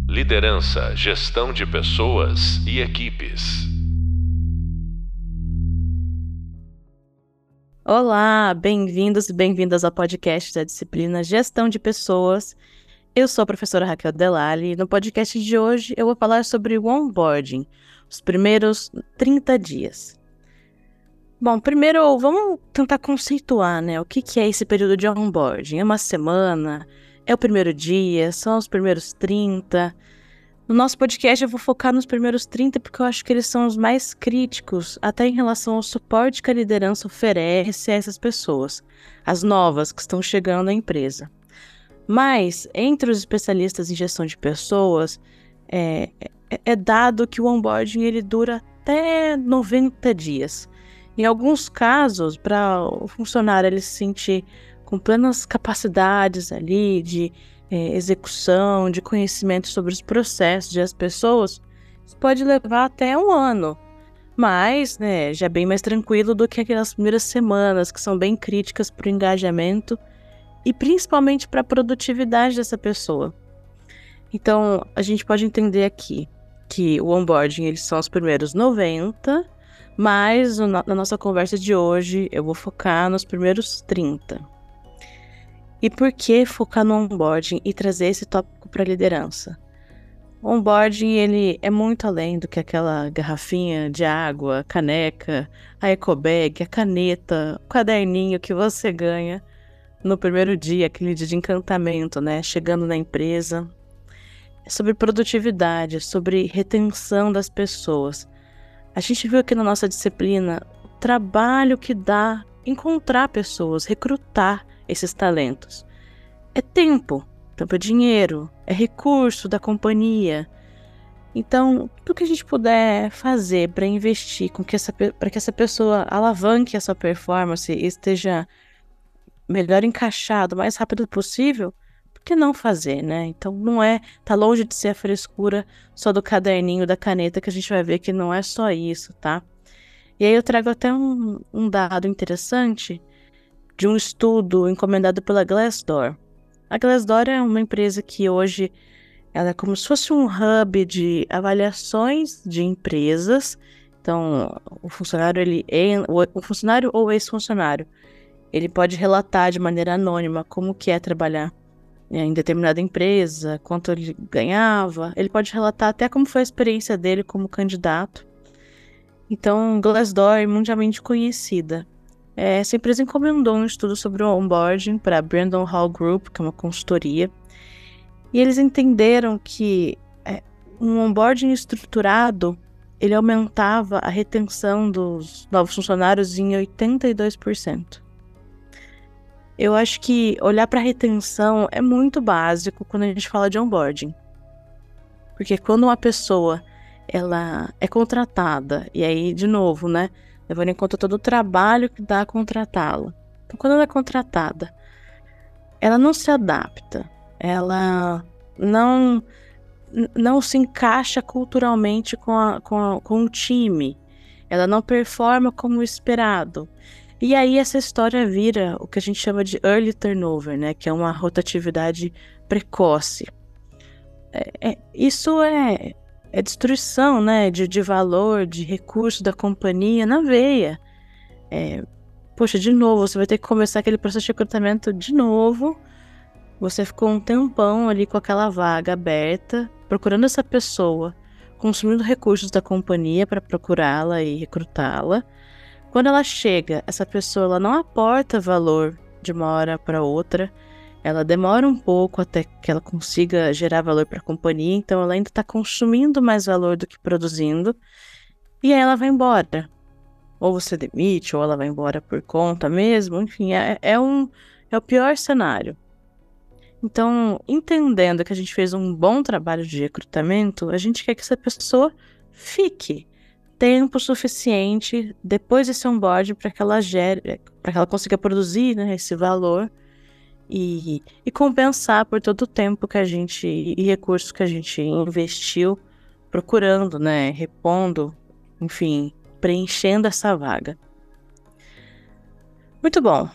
Liderança, gestão de pessoas e equipes. Olá, bem-vindos e bem-vindas ao podcast da disciplina Gestão de Pessoas. Eu sou a professora Raquel Delali e no podcast de hoje eu vou falar sobre o onboarding, os primeiros 30 dias. Bom, primeiro vamos tentar conceituar, né? O que é esse período de onboarding? É uma semana? É o primeiro dia? São os primeiros 30? No nosso podcast eu vou focar nos primeiros 30 porque eu acho que eles são os mais críticos, até em relação ao suporte que a liderança oferece a essas pessoas, as novas que estão chegando à empresa. Mas, entre os especialistas em gestão de pessoas, é dado que o onboarding ele dura até 90 dias. Em alguns casos, para o funcionário ele se sentir com plenas capacidades ali de execução, de conhecimento sobre os processos e as pessoas, isso pode levar até um ano. Mas, né, já é bem mais tranquilo do que aquelas primeiras semanas que são bem críticas para o engajamento e principalmente para a produtividade dessa pessoa. Então, a gente pode entender aqui que o onboarding eles são os primeiros 90, mas na nossa conversa de hoje eu vou focar nos primeiros 30. E por que focar no onboarding e trazer esse tópico para a liderança? O onboarding ele é muito além do que aquela garrafinha de água, a caneca, a ecobag, a caneta, o caderninho que você ganha no primeiro dia, aquele dia de encantamento, né? Chegando na empresa. É sobre produtividade, é sobre retenção das pessoas. A gente viu aqui na nossa disciplina o trabalho que dá encontrar pessoas, recrutar esses talentos. É tempo é dinheiro, é recurso da companhia. Então, tudo que a gente puder fazer para investir para que essa pessoa alavanque a sua performance e esteja melhor encaixado o mais rápido possível, por que não fazer, né? Então, tá longe de ser a frescura só do caderninho, da caneta, que a gente vai ver que não é só isso, tá? E aí eu trago até um dado interessante de um estudo encomendado pela Glassdoor. A Glassdoor é uma empresa que hoje ela é como se fosse um hub de avaliações de empresas. Então, o funcionário o funcionário ou ex-funcionário, ele pode relatar de maneira anônima como que é trabalhar em determinada empresa, quanto ele ganhava. Ele pode relatar até como foi a experiência dele como candidato. Então, Glassdoor é mundialmente conhecida. Essa empresa encomendou um estudo sobre o onboarding para a Brandon Hall Group, que é uma consultoria, e eles entenderam que um onboarding estruturado, ele aumentava a retenção dos novos funcionários em 82%. Eu acho que olhar para a retenção é muito básico quando a gente fala de onboarding. Porque quando uma pessoa ela é contratada, e aí, de novo, né, levando em conta todo o trabalho que dá a contratá-la. Então, quando ela é contratada, ela não se adapta, ela não se encaixa culturalmente com o time, ela não performa como esperado. E aí essa história vira o que a gente chama de early turnover, né, que é uma rotatividade precoce. Isso é destruição, né, de valor, de recurso da companhia na veia. Poxa, de novo, você vai ter que começar aquele processo de recrutamento de novo. Você ficou um tempão ali com aquela vaga aberta, procurando essa pessoa, consumindo recursos da companhia para procurá-la e recrutá-la. Quando ela chega, essa pessoa ela não aporta valor de uma hora para outra. Ela demora um pouco até que ela consiga gerar valor para a companhia, então ela ainda está consumindo mais valor do que produzindo, e aí ela vai embora. Ou você demite, ou ela vai embora por conta mesmo, enfim, é o pior cenário. Então, entendendo que a gente fez um bom trabalho de recrutamento, a gente quer que essa pessoa fique tempo suficiente depois desse onboarding para que ela consiga produzir, né, esse valor e compensar por todo o tempo e recursos que a gente investiu procurando, né, repondo, enfim, preenchendo essa vaga. Muito bom.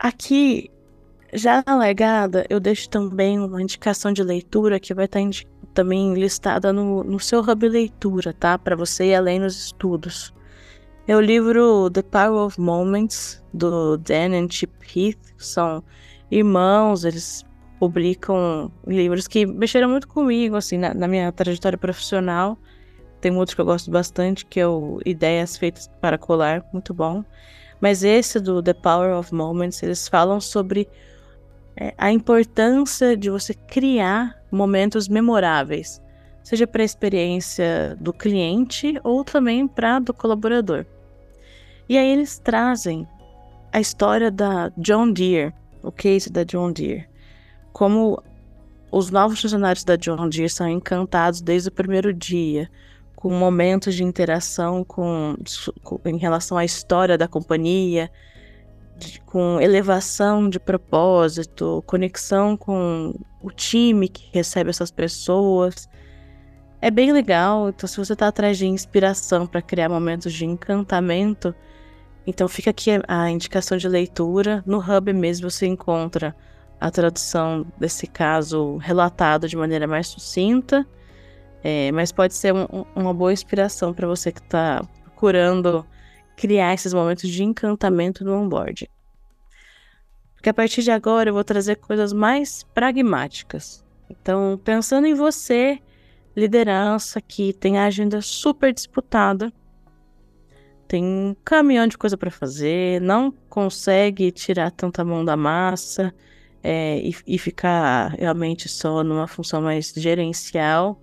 Aqui, já na legada, eu deixo também uma indicação de leitura que vai estar também listada no seu hub leitura, tá? Para você ir além nos estudos. É o livro The Power of Moments, do Dan and Chip Heath. São irmãos, eles publicam livros que mexeram muito comigo, assim, na minha trajetória profissional. Tem um outro que eu gosto bastante, que é o Ideias Feitas para Colar, muito bom. Mas esse do The Power of Moments, eles falam sobre a importância de você criar momentos memoráveis, seja para a experiência do cliente ou também para do colaborador. E aí eles trazem a história da John Deere, o case da John Deere, como os novos funcionários da John Deere são encantados desde o primeiro dia, com momentos de interação em relação à história da companhia, com elevação de propósito, conexão com o time que recebe essas pessoas. É bem legal. Então, se você está atrás de inspiração para criar momentos de encantamento, então fica aqui a indicação de leitura. No Hub mesmo você encontra a tradução desse caso relatado de maneira mais sucinta, mas pode ser uma boa inspiração para você que está procurando criar esses momentos de encantamento no onboarding. Porque a partir de agora eu vou trazer coisas mais pragmáticas. Então, pensando em você, liderança que tem a agenda super disputada, tem um caminhão de coisa para fazer, não consegue tirar tanta mão da massa e ficar realmente só numa função mais gerencial.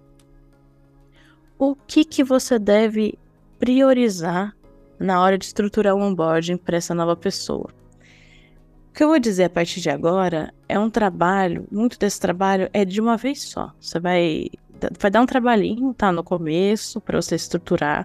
O que você deve priorizar na hora de estruturar o onboarding para essa nova pessoa? O que eu vou dizer a partir de agora é um trabalho, muito desse trabalho é de uma vez só. Você vai dar um trabalhinho, tá? No começo, para você estruturar,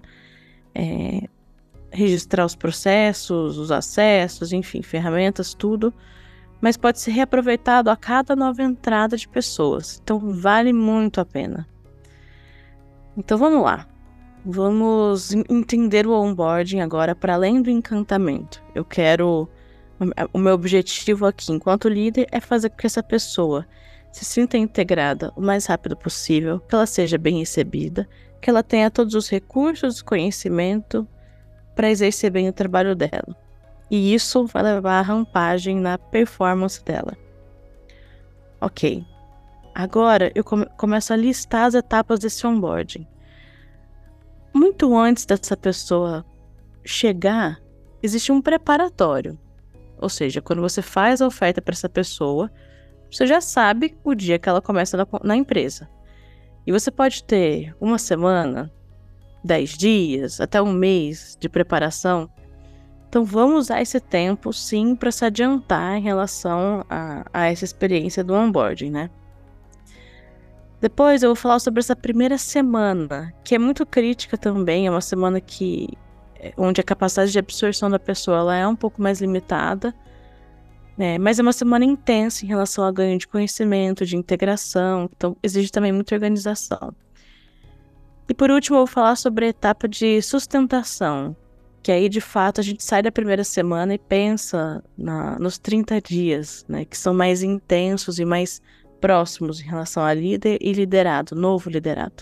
registrar os processos, os acessos, enfim, ferramentas, tudo. Mas pode ser reaproveitado a cada nova entrada de pessoas. Então, vale muito a pena. Então, vamos lá. Vamos entender o onboarding agora para além do encantamento. O meu objetivo aqui, enquanto líder, é fazer com que essa pessoa se sinta integrada o mais rápido possível, que ela seja bem recebida, que ela tenha todos os recursos e conhecimento para exercer bem o trabalho dela. E isso vai levar à rampagem na performance dela. Ok. Agora eu começo a listar as etapas desse onboarding. Muito antes dessa pessoa chegar, existe um preparatório. Ou seja, quando você faz a oferta para essa pessoa, você já sabe o dia que ela começa na empresa. E você pode ter uma semana, 10 dias, até um mês de preparação. Então vamos usar esse tempo sim para se adiantar em relação a essa experiência do onboarding, né? Depois eu vou falar sobre essa primeira semana, que é muito crítica também, é uma semana onde a capacidade de absorção da pessoa ela é um pouco mais limitada, mas é uma semana intensa em relação ao ganho de conhecimento, de integração, então exige também muita organização. E por último eu vou falar sobre a etapa de sustentação, que aí de fato a gente sai da primeira semana e pensa nos 30 dias, né, que são mais intensos e mais próximos em relação a líder e liderado, novo liderado.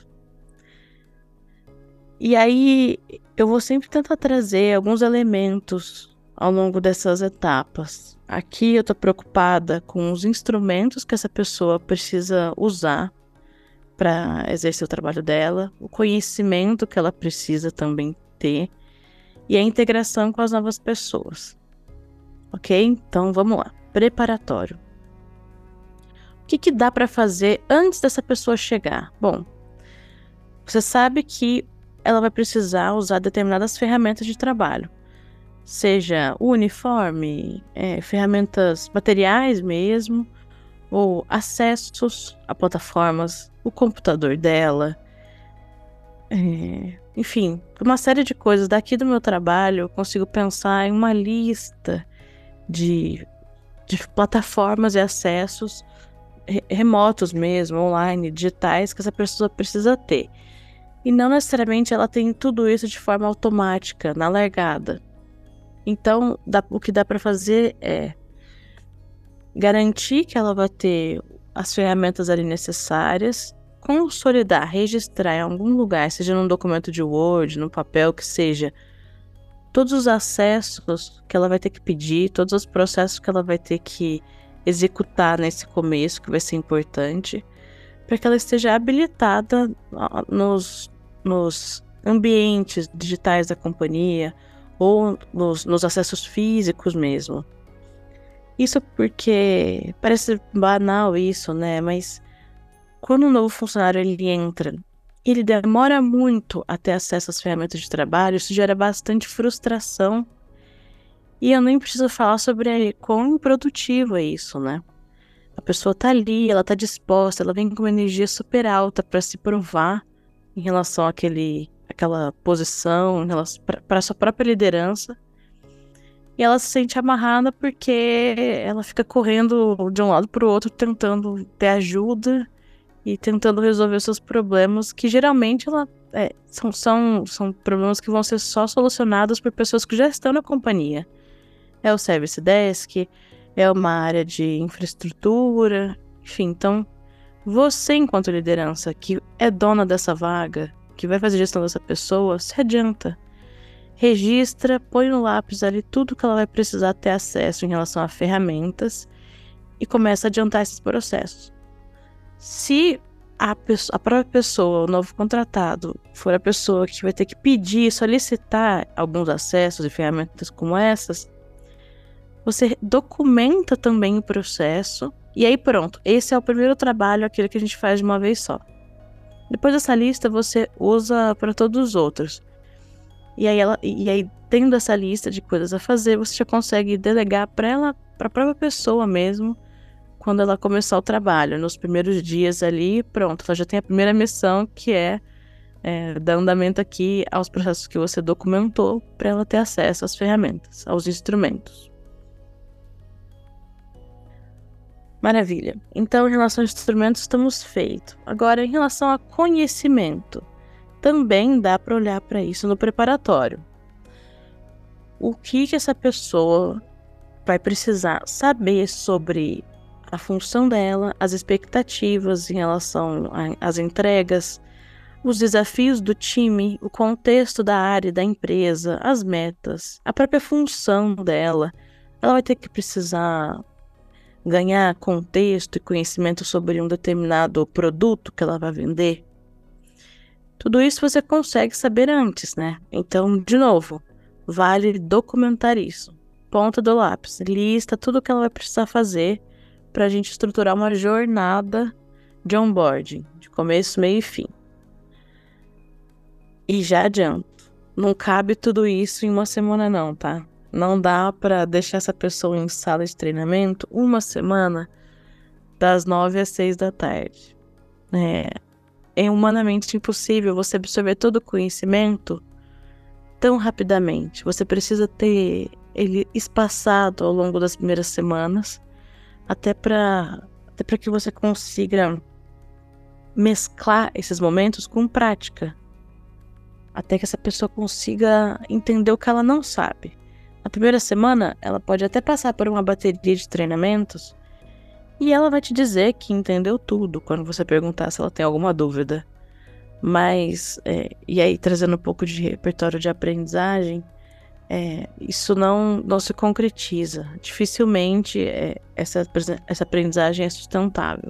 E aí eu vou sempre tentar trazer alguns elementos ao longo dessas etapas. Aqui eu estou preocupada com os instrumentos que essa pessoa precisa usar para exercer o trabalho dela, o conhecimento que ela precisa também ter e a integração com as novas pessoas. Ok? Então vamos lá. Preparatório. O que dá para fazer antes dessa pessoa chegar? Bom, você sabe que ela vai precisar usar determinadas ferramentas de trabalho, seja o uniforme, ferramentas materiais mesmo, ou acessos a plataformas, o computador dela, enfim, uma série de coisas. Daqui do meu trabalho eu consigo pensar em uma lista de plataformas e acessos remotos mesmo, online, digitais, que essa pessoa precisa ter. E não necessariamente ela tem tudo isso de forma automática, na largada. Então, o que dá para fazer é garantir que ela vai ter as ferramentas ali necessárias, consolidar, registrar em algum lugar, seja num documento de Word, no papel, que seja, todos os acessos que ela vai ter que pedir, todos os processos que ela vai ter que executar nesse começo, que vai ser importante, para que ela esteja habilitada nos ambientes digitais da companhia ou nos acessos físicos mesmo. Isso porque parece banal isso, né? Mas quando um novo funcionário ele entra, ele demora muito a ter acesso às ferramentas de trabalho, isso gera bastante frustração. E eu nem preciso falar sobre quão improdutivo é isso, né? A pessoa tá ali, ela tá disposta, ela vem com uma energia super alta para se provar em relação àquela posição, para sua própria liderança. E ela se sente amarrada porque ela fica correndo de um lado para o outro, tentando ter ajuda e tentando resolver seus problemas, que geralmente são problemas que vão ser só solucionados por pessoas que já estão na companhia. É o Service Desk, é uma área de infraestrutura, enfim. Então, você, enquanto liderança, que é dona dessa vaga, que vai fazer gestão dessa pessoa, se adianta. Registra, põe no lápis ali tudo que ela vai precisar ter acesso em relação a ferramentas e começa a adiantar esses processos. Se a própria pessoa, o novo contratado, for a pessoa que vai ter que pedir, solicitar alguns acessos e ferramentas como essas, você documenta também o processo e aí pronto, esse é o primeiro trabalho, aquele que a gente faz de uma vez só. Depois dessa lista, você usa para todos os outros. E aí, tendo essa lista de coisas a fazer, você já consegue delegar para a própria pessoa mesmo, quando ela começar o trabalho. Nos primeiros dias ali, pronto, ela já tem a primeira missão, que é dar andamento aqui aos processos que você documentou, para ela ter acesso às ferramentas, aos instrumentos. Maravilha. Então, em relação aos instrumentos, estamos feitos. Agora, em relação a conhecimento, também dá para olhar para isso no preparatório. O que essa pessoa vai precisar saber sobre a função dela, as expectativas em relação às entregas, os desafios do time, o contexto da área, da empresa, as metas, a própria função dela. Ela vai ter que precisar ganhar contexto e conhecimento sobre um determinado produto que ela vai vender. Tudo isso você consegue saber antes, né? Então, de novo, vale documentar isso. Ponta do lápis, lista tudo que ela vai precisar fazer para a gente estruturar uma jornada de onboarding, de começo, meio e fim. E já adianto, não cabe tudo isso em uma semana não, tá? Não dá para deixar essa pessoa em sala de treinamento uma semana das 9 às 6 da tarde. É humanamente impossível você absorver todo o conhecimento tão rapidamente. Você precisa ter ele espaçado ao longo das primeiras semanas, até para que você consiga mesclar esses momentos com prática, até que essa pessoa consiga entender o que ela não sabe. Na primeira semana, ela pode até passar por uma bateria de treinamentos e ela vai te dizer que entendeu tudo quando você perguntar se ela tem alguma dúvida. Mas, e aí trazendo um pouco de repertório de aprendizagem, isso não se concretiza. Dificilmente essa aprendizagem é sustentável.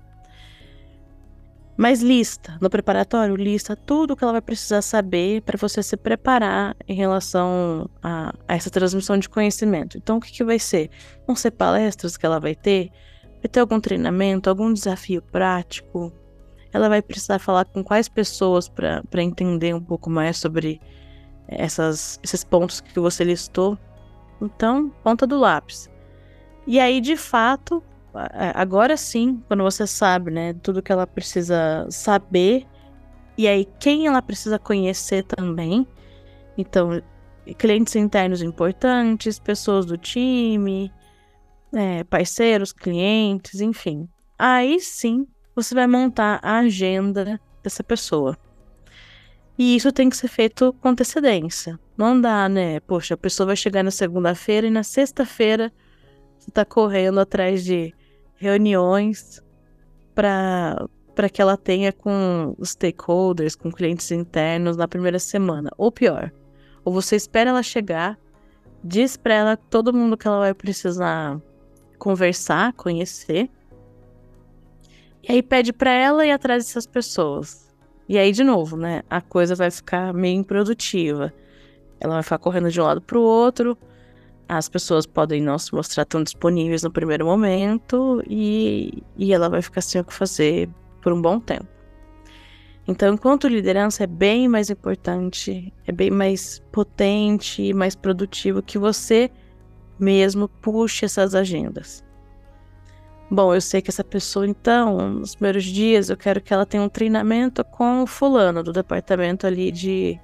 Mas no preparatório, lista tudo que ela vai precisar saber para você se preparar em relação a essa transmissão de conhecimento. Então, o que vai ser? Vão ser palestras que ela vai ter algum treinamento, algum desafio prático. Ela vai precisar falar com quais pessoas para entender um pouco mais sobre esses pontos que você listou. Então, ponta do lápis. E aí, de fato, agora sim, quando você sabe, né, tudo que ela precisa saber, e aí quem ela precisa conhecer também. Então, clientes internos importantes, pessoas do time, parceiros, clientes, enfim. Aí sim, você vai montar a agenda dessa pessoa. E isso tem que ser feito com antecedência. Não dá, né? Poxa, a pessoa vai chegar na segunda-feira e na sexta-feira você tá correndo atrás de reuniões para para que ela tenha com os stakeholders, com clientes internos na primeira semana? Ou pior, ou você espera ela chegar, diz para ela todo mundo que ela vai precisar conversar, conhecer, e aí pede para ela ir atrás dessas pessoas. E aí, de novo, né, a coisa vai ficar meio improdutiva. Ela vai ficar correndo de um lado para o outro, as pessoas podem não se mostrar tão disponíveis no primeiro momento e ela vai ficar sem o que fazer por um bom tempo. Então, enquanto liderança é bem mais importante, é bem mais potente e mais produtivo que você mesmo puxe essas agendas. Bom, eu sei que essa pessoa, então, nos primeiros dias, eu quero que ela tenha um treinamento com o fulano do departamento ali de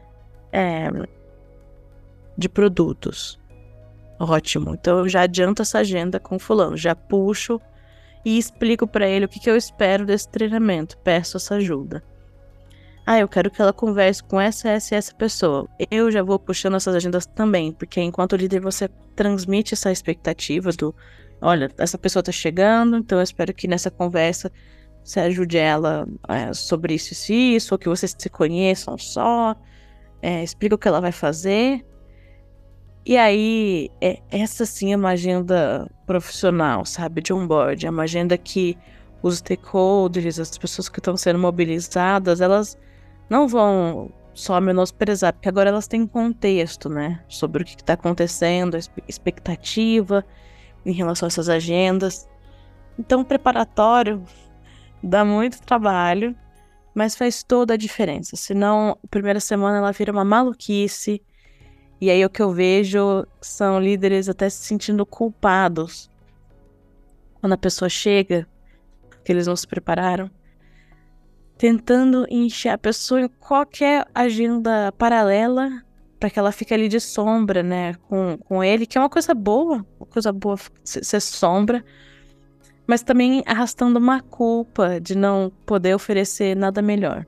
produtos. Ótimo, então eu já adianto essa agenda com o fulano, já puxo e explico para ele o que eu espero desse treinamento, peço essa ajuda. Eu quero que ela converse com essa pessoa. Eu já vou puxando essas agendas também, porque enquanto líder você transmite essa expectativa do, olha, essa pessoa tá chegando, então eu espero que nessa conversa você ajude ela sobre isso e isso, ou que vocês se conheçam só, explica o que ela vai fazer. E aí, essa sim é uma agenda profissional, sabe, de onboard, é uma agenda que os stakeholders, as pessoas que estão sendo mobilizadas, elas não vão só menosprezar, porque agora elas têm contexto, né, sobre o que está acontecendo, a expectativa em relação a essas agendas. Então, o preparatório dá muito trabalho, mas faz toda a diferença, senão a primeira semana ela vira uma maluquice. E aí o que eu vejo são líderes até se sentindo culpados quando a pessoa chega, que eles não se prepararam, tentando encher a pessoa em qualquer agenda paralela para que ela fique ali de sombra, né, com ele, que é uma coisa boa ser sombra, mas também arrastando uma culpa de não poder oferecer nada melhor.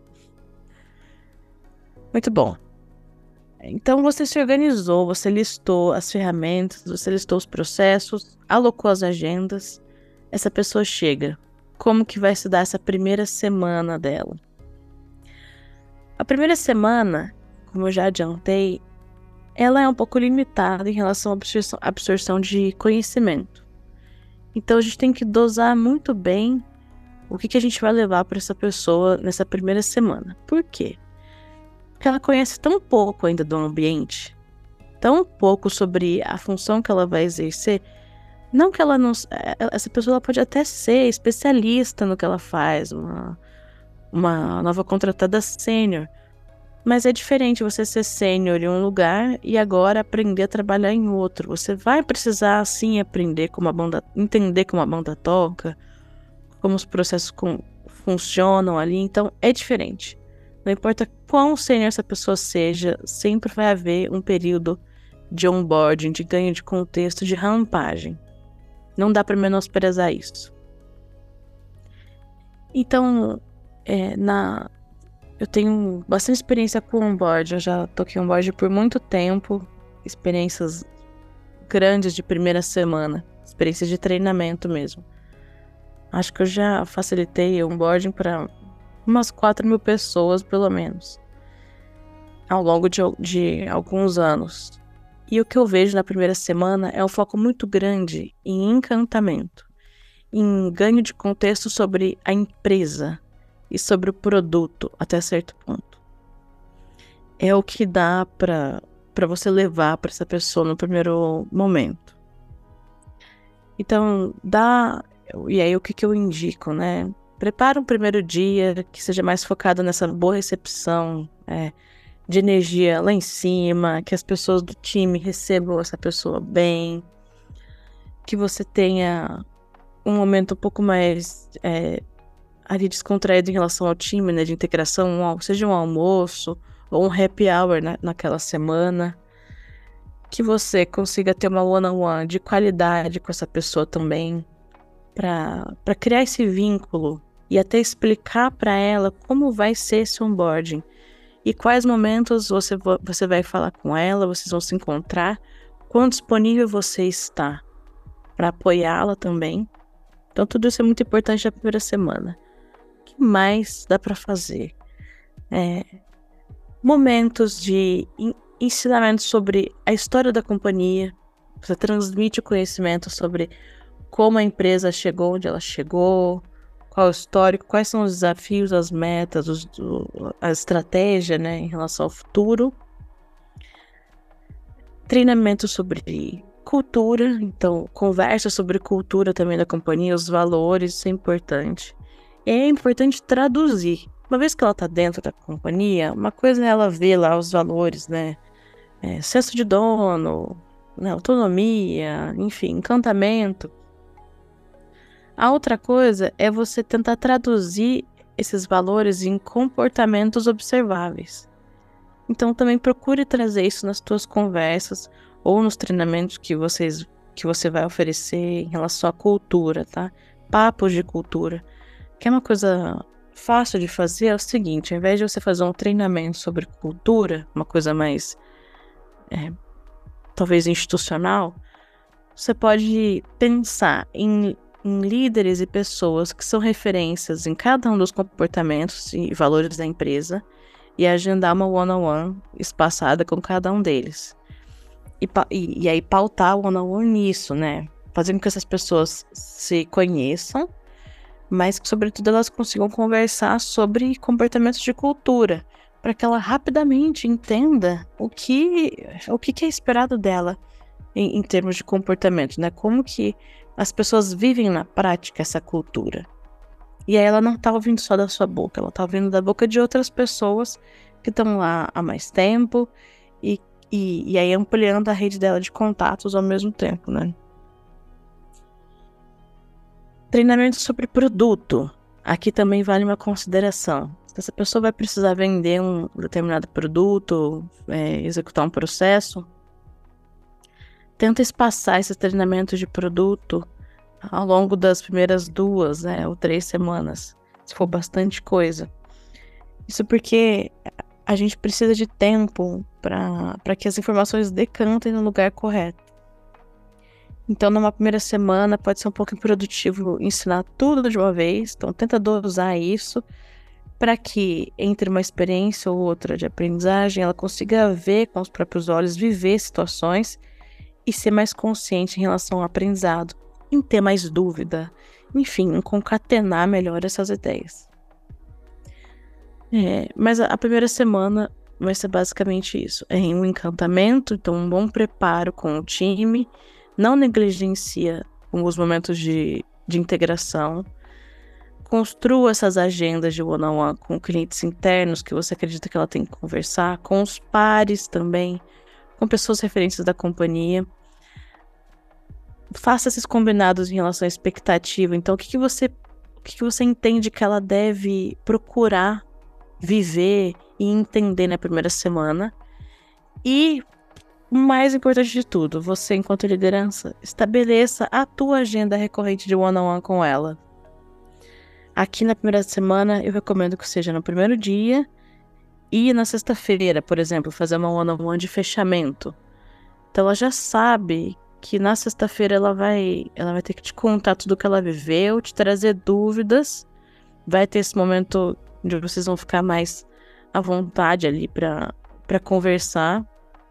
Muito bom. Então você se organizou, você listou as ferramentas, você listou os processos, alocou as agendas. Essa pessoa chega. Como que vai se dar essa primeira semana dela? A primeira semana, como eu já adiantei, ela é um pouco limitada em relação à absorção de conhecimento. Então a gente tem que dosar muito bem o que a gente vai levar para essa pessoa nessa primeira semana. Por quê? Porque ela conhece tão pouco ainda do ambiente, tão pouco sobre a função que ela vai exercer. Não que ela não... Essa pessoa ela pode até ser especialista no que ela faz, uma nova contratada sênior. Mas é diferente você ser sênior em um lugar e agora aprender a trabalhar em outro. Você vai precisar, sim, aprender como a banda... entender como a banda toca, como os processos funcionam ali. Então, é diferente. Não importa quão sênior essa pessoa seja, sempre vai haver um período de onboarding, de ganho de contexto, de rampagem. Não dá para menosprezar isso. Então, eu tenho bastante experiência com onboard. Eu já toquei onboard por muito tempo. Experiências grandes de primeira semana. Experiências de treinamento mesmo. Acho que eu já facilitei onboarding para umas 4.000 pessoas, pelo menos, ao longo de alguns anos. E o que eu vejo na primeira semana é um foco muito grande em encantamento, em ganho de contexto sobre a empresa e sobre o produto, até certo ponto. É o que dá para você levar para essa pessoa no primeiro momento. Então, e aí o que eu indico, né? Prepara um primeiro dia que seja mais focado nessa boa recepção, de energia lá em cima, que as pessoas do time recebam essa pessoa bem, que você tenha um momento um pouco mais ali descontraído em relação ao time, né, de integração, seja um almoço ou um happy hour naquela semana, que você consiga ter uma one-on-one de qualidade com essa pessoa também, para criar esse vínculo e até explicar para ela como vai ser esse onboarding e quais momentos você vai falar com ela, vocês vão se encontrar, quão disponível você está para apoiá-la também. Então tudo isso é muito importante na primeira semana. que mais dá para fazer? Momentos de ensinamento sobre a história da companhia. Você transmite o conhecimento sobre como a empresa chegou onde ela chegou, qual é o histórico, quais são os desafios, as metas, a estratégia, né, em relação ao futuro. Treinamento sobre cultura, então conversa sobre cultura também da companhia, os valores, isso é importante. E é importante traduzir. Uma vez que ela está dentro da companhia, uma coisa é ela ver lá os valores, né? Senso de dono, né? Autonomia, enfim, encantamento. A outra coisa é você tentar traduzir esses valores em comportamentos observáveis. Então também procure trazer isso nas suas conversas ou nos treinamentos que você vai oferecer em relação à cultura, tá? Papos de cultura. Que é uma coisa fácil de fazer, é o seguinte: ao invés de você fazer um treinamento sobre cultura, uma coisa mais talvez institucional, você pode pensar em líderes e pessoas que são referências em cada um dos comportamentos e valores da empresa e agendar uma one-on-one espaçada com cada um deles. E aí pautar o one-on-one nisso, né? Fazendo com que essas pessoas se conheçam, mas que, sobretudo, elas consigam conversar sobre comportamentos de cultura, para que ela rapidamente entenda o que é esperado dela em termos de comportamento, né? Como que as pessoas vivem na prática essa cultura. E aí ela não tá ouvindo só da sua boca, ela tá ouvindo da boca de outras pessoas que estão lá há mais tempo e aí ampliando a rede dela de contatos ao mesmo tempo, né? Treinamento sobre produto. Aqui também vale uma consideração. Se essa pessoa vai precisar vender um determinado produto, executar um processo, tenta espaçar esses treinamentos de produto ao longo das primeiras 2, ou 3 semanas, se for bastante coisa. Isso porque a gente precisa de tempo para que as informações decantem no lugar correto. Então, numa primeira semana, pode ser um pouco improdutivo ensinar tudo de uma vez. Então, tenta dosar isso para que, entre uma experiência ou outra de aprendizagem, ela consiga ver com os próprios olhos, viver situações e ser mais consciente em relação ao aprendizado, em ter mais dúvida, enfim, em concatenar melhor essas ideias. Mas a primeira semana vai ser basicamente isso. Um encantamento, então um bom preparo com o time, não negligencia os momentos de integração, construa essas agendas de one-on-one com clientes internos que você acredita que ela tem que conversar, com os pares também, com pessoas referentes da companhia. Faça esses combinados em relação à expectativa. Então, o que você entende que ela deve procurar viver e entender na primeira semana? E, o mais importante de tudo, você, enquanto liderança, estabeleça a tua agenda recorrente de one-on-one com ela. Aqui na primeira semana, eu recomendo que seja no primeiro dia e na sexta-feira, por exemplo, fazer uma one-on-one de fechamento. Então, ela já sabe que na sexta-feira ela vai ter que te contar tudo o que ela viveu, te trazer dúvidas, vai ter esse momento onde vocês vão ficar mais à vontade ali para conversar.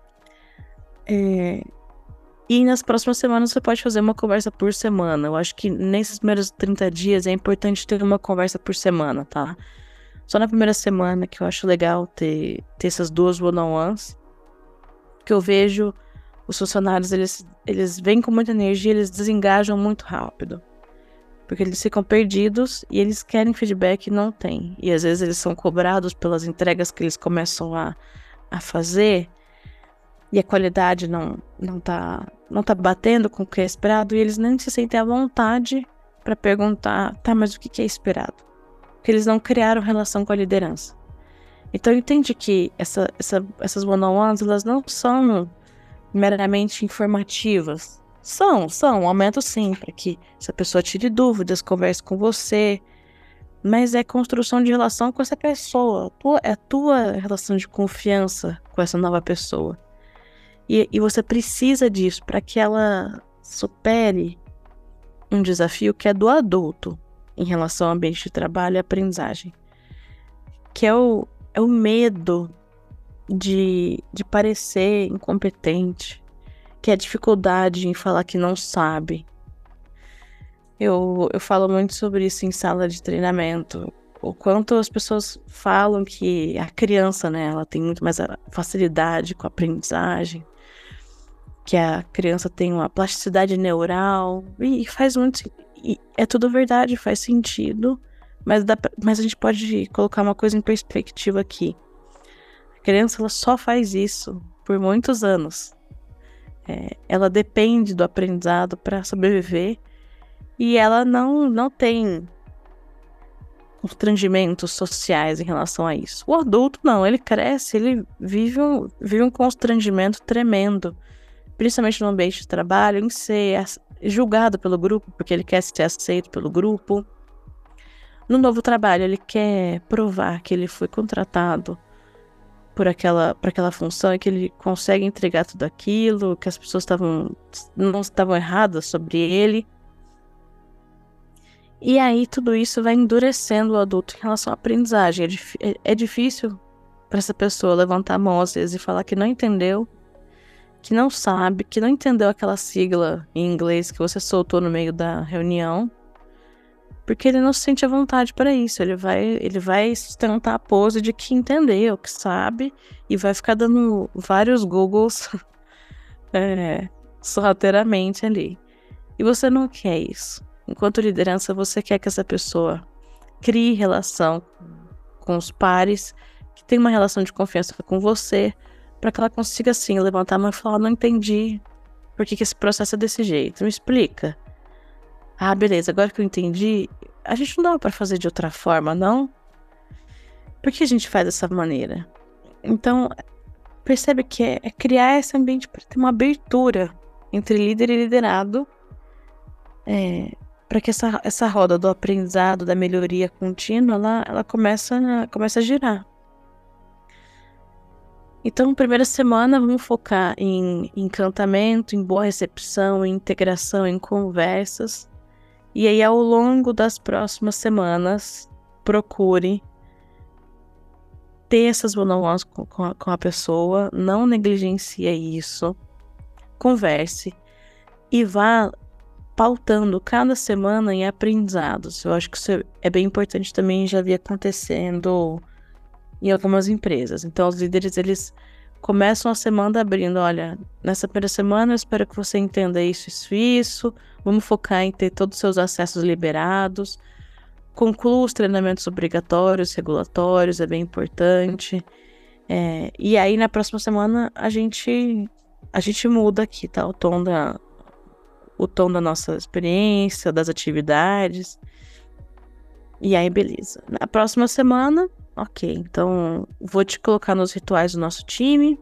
E nas próximas semanas você pode fazer uma conversa por semana. Eu acho que nesses primeiros 30 dias é importante ter uma conversa por semana, tá? Só na primeira semana que eu acho legal ter essas 2 one-on-ones, que eu vejo os funcionários, eles vêm com muita energia, eles desengajam muito rápido. Porque eles ficam perdidos e eles querem feedback e não tem. E às vezes eles são cobrados pelas entregas que eles começam a fazer e a qualidade não tá batendo com o que é esperado e eles nem se sentem à vontade para perguntar, tá, mas o que é esperado? Porque eles não criaram relação com a liderança. Então entende que essas one-on-ones, elas não são meramente informativas. São um aumento sim, para que essa pessoa tire dúvidas, converse com você, mas é construção de relação com essa pessoa, é a tua relação de confiança com essa nova pessoa. E você precisa disso para que ela supere um desafio que é do adulto. em relação ao ambiente de trabalho e aprendizagem, que é o medo de parecer incompetente, que é a dificuldade em falar que não sabe. Eu falo muito sobre isso em sala de treinamento, o quanto as pessoas falam que a criança, né, ela tem muito mais facilidade com a aprendizagem, que a criança tem uma plasticidade neural, e faz muito, e é tudo verdade, faz sentido, mas a gente pode colocar uma coisa em perspectiva aqui. A criança, ela só faz isso por muitos anos. Ela depende do aprendizado para sobreviver, e ela não tem constrangimentos sociais em relação a isso. O adulto não, ele cresce, ele vive um constrangimento tremendo, principalmente no ambiente de trabalho, em ser julgado pelo grupo, porque ele quer ser aceito pelo grupo. No novo trabalho, ele quer provar que ele foi contratado por aquela função e que ele consegue entregar tudo aquilo, que as pessoas não estavam erradas sobre ele. E aí tudo isso vai endurecendo o adulto em relação à aprendizagem. É difícil para essa pessoa levantar a mão às vezes e falar que não entendeu, que não sabe, que não entendeu aquela sigla em inglês que você soltou no meio da reunião, porque ele não se sente à vontade para isso. Ele vai sustentar a pose de que entendeu, que sabe, e vai ficar dando vários Googles sorrateiramente ali. E você não quer isso. Enquanto liderança, você quer que essa pessoa crie relação com os pares, que tenha uma relação de confiança com você, para que ela consiga, assim, levantar a mão e falar: não entendi por que esse processo é desse jeito, me explica. Ah, beleza, agora que eu entendi, a gente não dá para fazer de outra forma, não? Por que a gente faz dessa maneira? Então, percebe que é criar esse ambiente para ter uma abertura entre líder e liderado, para que essa roda do aprendizado, da melhoria contínua, ela começa a girar. Então, primeira semana, vamos focar em encantamento, em boa recepção, em integração, em conversas. E aí, ao longo das próximas semanas, procure ter essas one-on-ones com a pessoa, não negligencie isso, converse e vá pautando cada semana em aprendizados. Eu acho que isso é bem importante também, já vi acontecendo em algumas empresas. Então, os líderes, eles começam a semana abrindo: olha, nessa primeira semana eu espero que você entenda isso, vamos focar em ter todos os seus acessos liberados, conclua os treinamentos obrigatórios, regulatórios, é bem importante. E aí, na próxima semana, a gente muda aqui, tá? O tom da nossa experiência, das atividades. E aí, beleza. Na próxima semana, ok, então vou te colocar nos rituais do nosso time.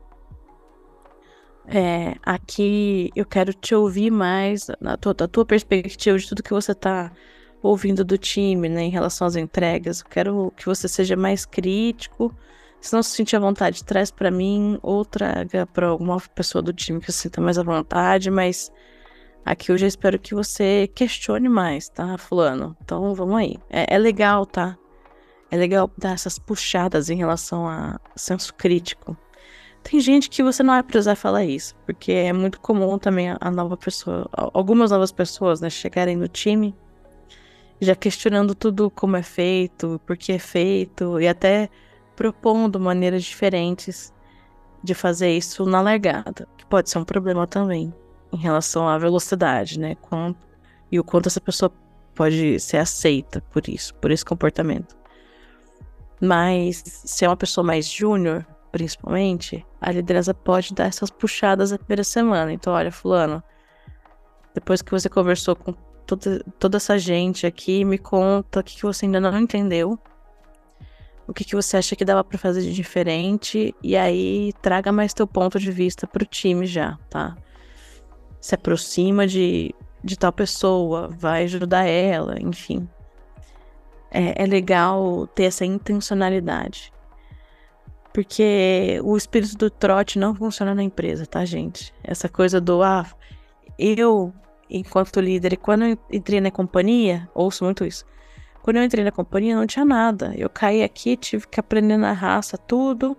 Aqui eu quero te ouvir mais, da tua perspectiva de tudo que você está ouvindo do time, né, em relação às entregas. Eu quero que você seja mais crítico. Se não se sentir à vontade, traz para mim ou traga para alguma pessoa do time que se sinta mais à vontade, mas aqui eu já espero que você questione mais, tá, fulano? Então vamos aí. É legal, tá? É legal dar essas puxadas em relação a senso crítico. Tem gente que você não vai precisar falar isso, porque é muito comum também algumas novas pessoas, né, chegarem no time já questionando tudo como é feito, por que é feito, e até propondo maneiras diferentes de fazer isso na largada, que pode ser um problema também em relação à velocidade, né, e o quanto essa pessoa pode ser aceita por esse comportamento. Mas se é uma pessoa mais júnior, principalmente, a liderança pode dar essas puxadas na primeira semana. Então, olha, fulano, depois que você conversou com toda essa gente aqui, me conta o que você ainda não entendeu, o que você acha que dava pra fazer de diferente, e aí traga mais teu ponto de vista pro time já, tá? Se aproxima de tal pessoa, vai ajudar ela, enfim. É legal ter essa intencionalidade. Porque o espírito do trote não funciona na empresa, tá, gente? Essa coisa do, eu, enquanto líder, e quando eu entrei na companhia, ouço muito isso. Quando eu entrei na companhia, não tinha nada. Eu caí aqui, tive que aprender na raça tudo.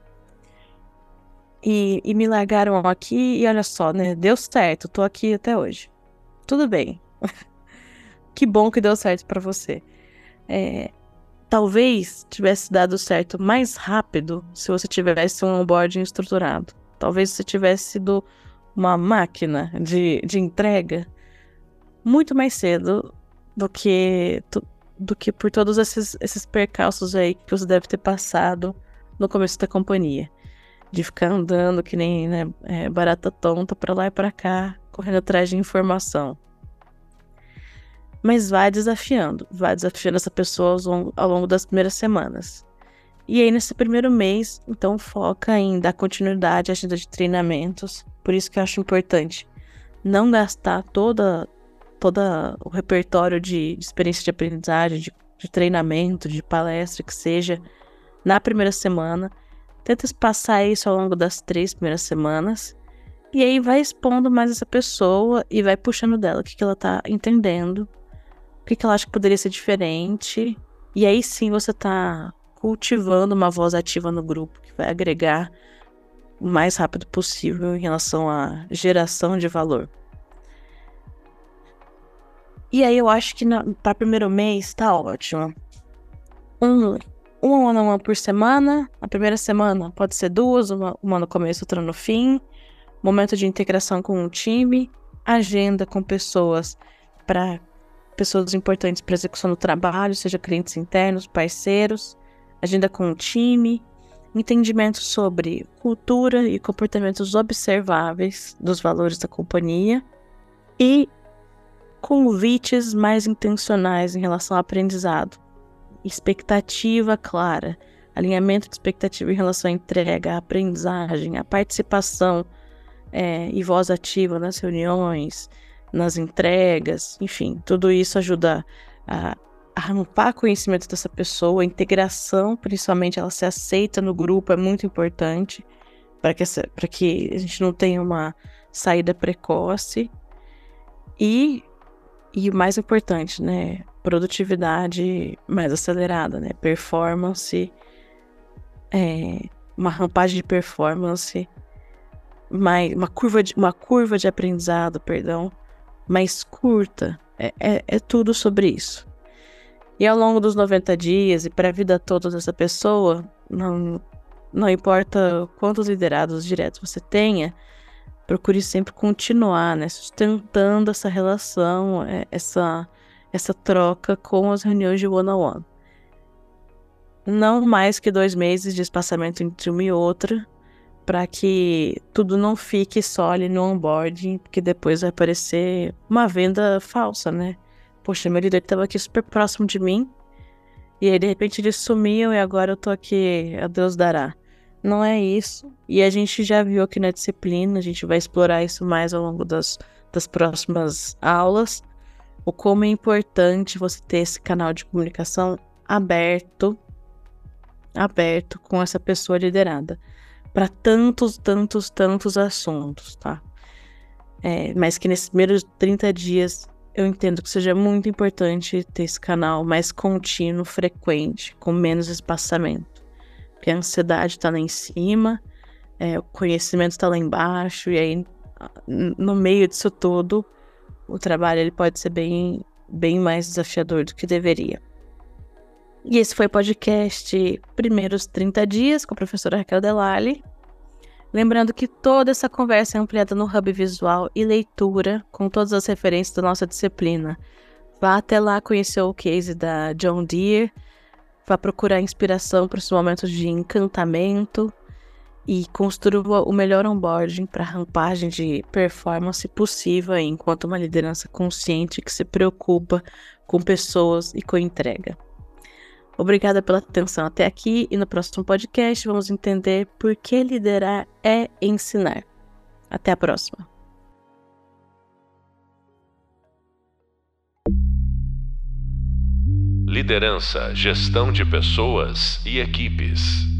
E me largaram aqui e olha só, né? Deu certo, tô aqui até hoje. Tudo bem. Que bom que deu certo pra você. Talvez tivesse dado certo mais rápido se você tivesse um onboarding estruturado. Talvez você tivesse sido uma máquina de entrega muito mais cedo do que por todos esses percalços aí que você deve ter passado no começo da companhia. De ficar andando que nem, né, barata tonta pra lá e pra cá, correndo atrás de informação. Mas vai desafiando essa pessoa ao longo das primeiras semanas. E aí, nesse primeiro mês, então, foca em dar continuidade à agenda de treinamentos. Por isso que eu acho importante não gastar todo o repertório de experiência de aprendizagem, de treinamento, de palestra, que seja, na primeira semana. Tenta passar isso ao longo das 3 primeiras semanas. E aí vai expondo mais essa pessoa e vai puxando dela o que ela tá entendendo, o que ela acha que poderia ser diferente. E aí sim você tá cultivando uma voz ativa no grupo que vai agregar o mais rápido possível em relação à geração de valor. E aí eu acho que para primeiro mês tá ótimo. Um one-on-one por semana. A primeira semana pode ser 2, uma no começo, outra no fim. Momento de integração com o time. Agenda com pessoas importantes para execução do trabalho, seja clientes internos, parceiros. Agenda com o time. Entendimento sobre cultura e comportamentos observáveis dos valores da companhia. E convites mais intencionais em relação ao aprendizado. Expectativa clara, alinhamento de expectativa em relação à entrega, à aprendizagem, à participação e voz ativa nas reuniões, nas entregas, enfim, tudo isso ajuda a rampar conhecimento dessa pessoa, a integração, principalmente ela se aceita no grupo, é muito importante para que a gente não tenha uma saída precoce e o mais importante, né, produtividade mais acelerada, né, performance, uma rampagem de performance, uma curva de aprendizado, mais curta, é tudo sobre isso. E ao longo dos 90 dias e para a vida toda dessa pessoa, não importa quantos liderados diretos você tenha, procure sempre continuar, né, sustentando essa relação, essa troca com as reuniões de one-on-one. Não mais que 2 meses de espaçamento entre uma e outra, para que tudo não fique só ali no onboarding, porque depois vai parecer uma venda falsa, né? Poxa, meu líder estava aqui super próximo de mim, e aí de repente ele sumiu e agora eu tô aqui, a Deus dará. Não é isso. E a gente já viu aqui na disciplina, a gente vai explorar isso mais ao longo das próximas aulas, o como é importante você ter esse canal de comunicação aberto com essa pessoa liderada, para tantos assuntos, tá? Mas que nesses primeiros 30 dias eu entendo que seja muito importante ter esse canal mais contínuo, frequente, com menos espaçamento. Porque a ansiedade tá lá em cima, o conhecimento tá lá embaixo, e aí no meio disso tudo, o trabalho ele pode ser bem mais desafiador do que deveria. E esse foi o podcast Primeiros 30 Dias com a professora Raquel Delali. Lembrando que toda essa conversa é ampliada no Hub Visual e leitura com todas as referências da nossa disciplina. Vá até lá conhecer o case da John Deere, vá procurar inspiração para os momentos de encantamento e construa o melhor onboarding para rampagem de performance possível enquanto uma liderança consciente que se preocupa com pessoas e com entrega. Obrigada pela atenção até aqui e no próximo podcast vamos entender por que liderar é ensinar. Até a próxima. Liderança, gestão de pessoas e equipes.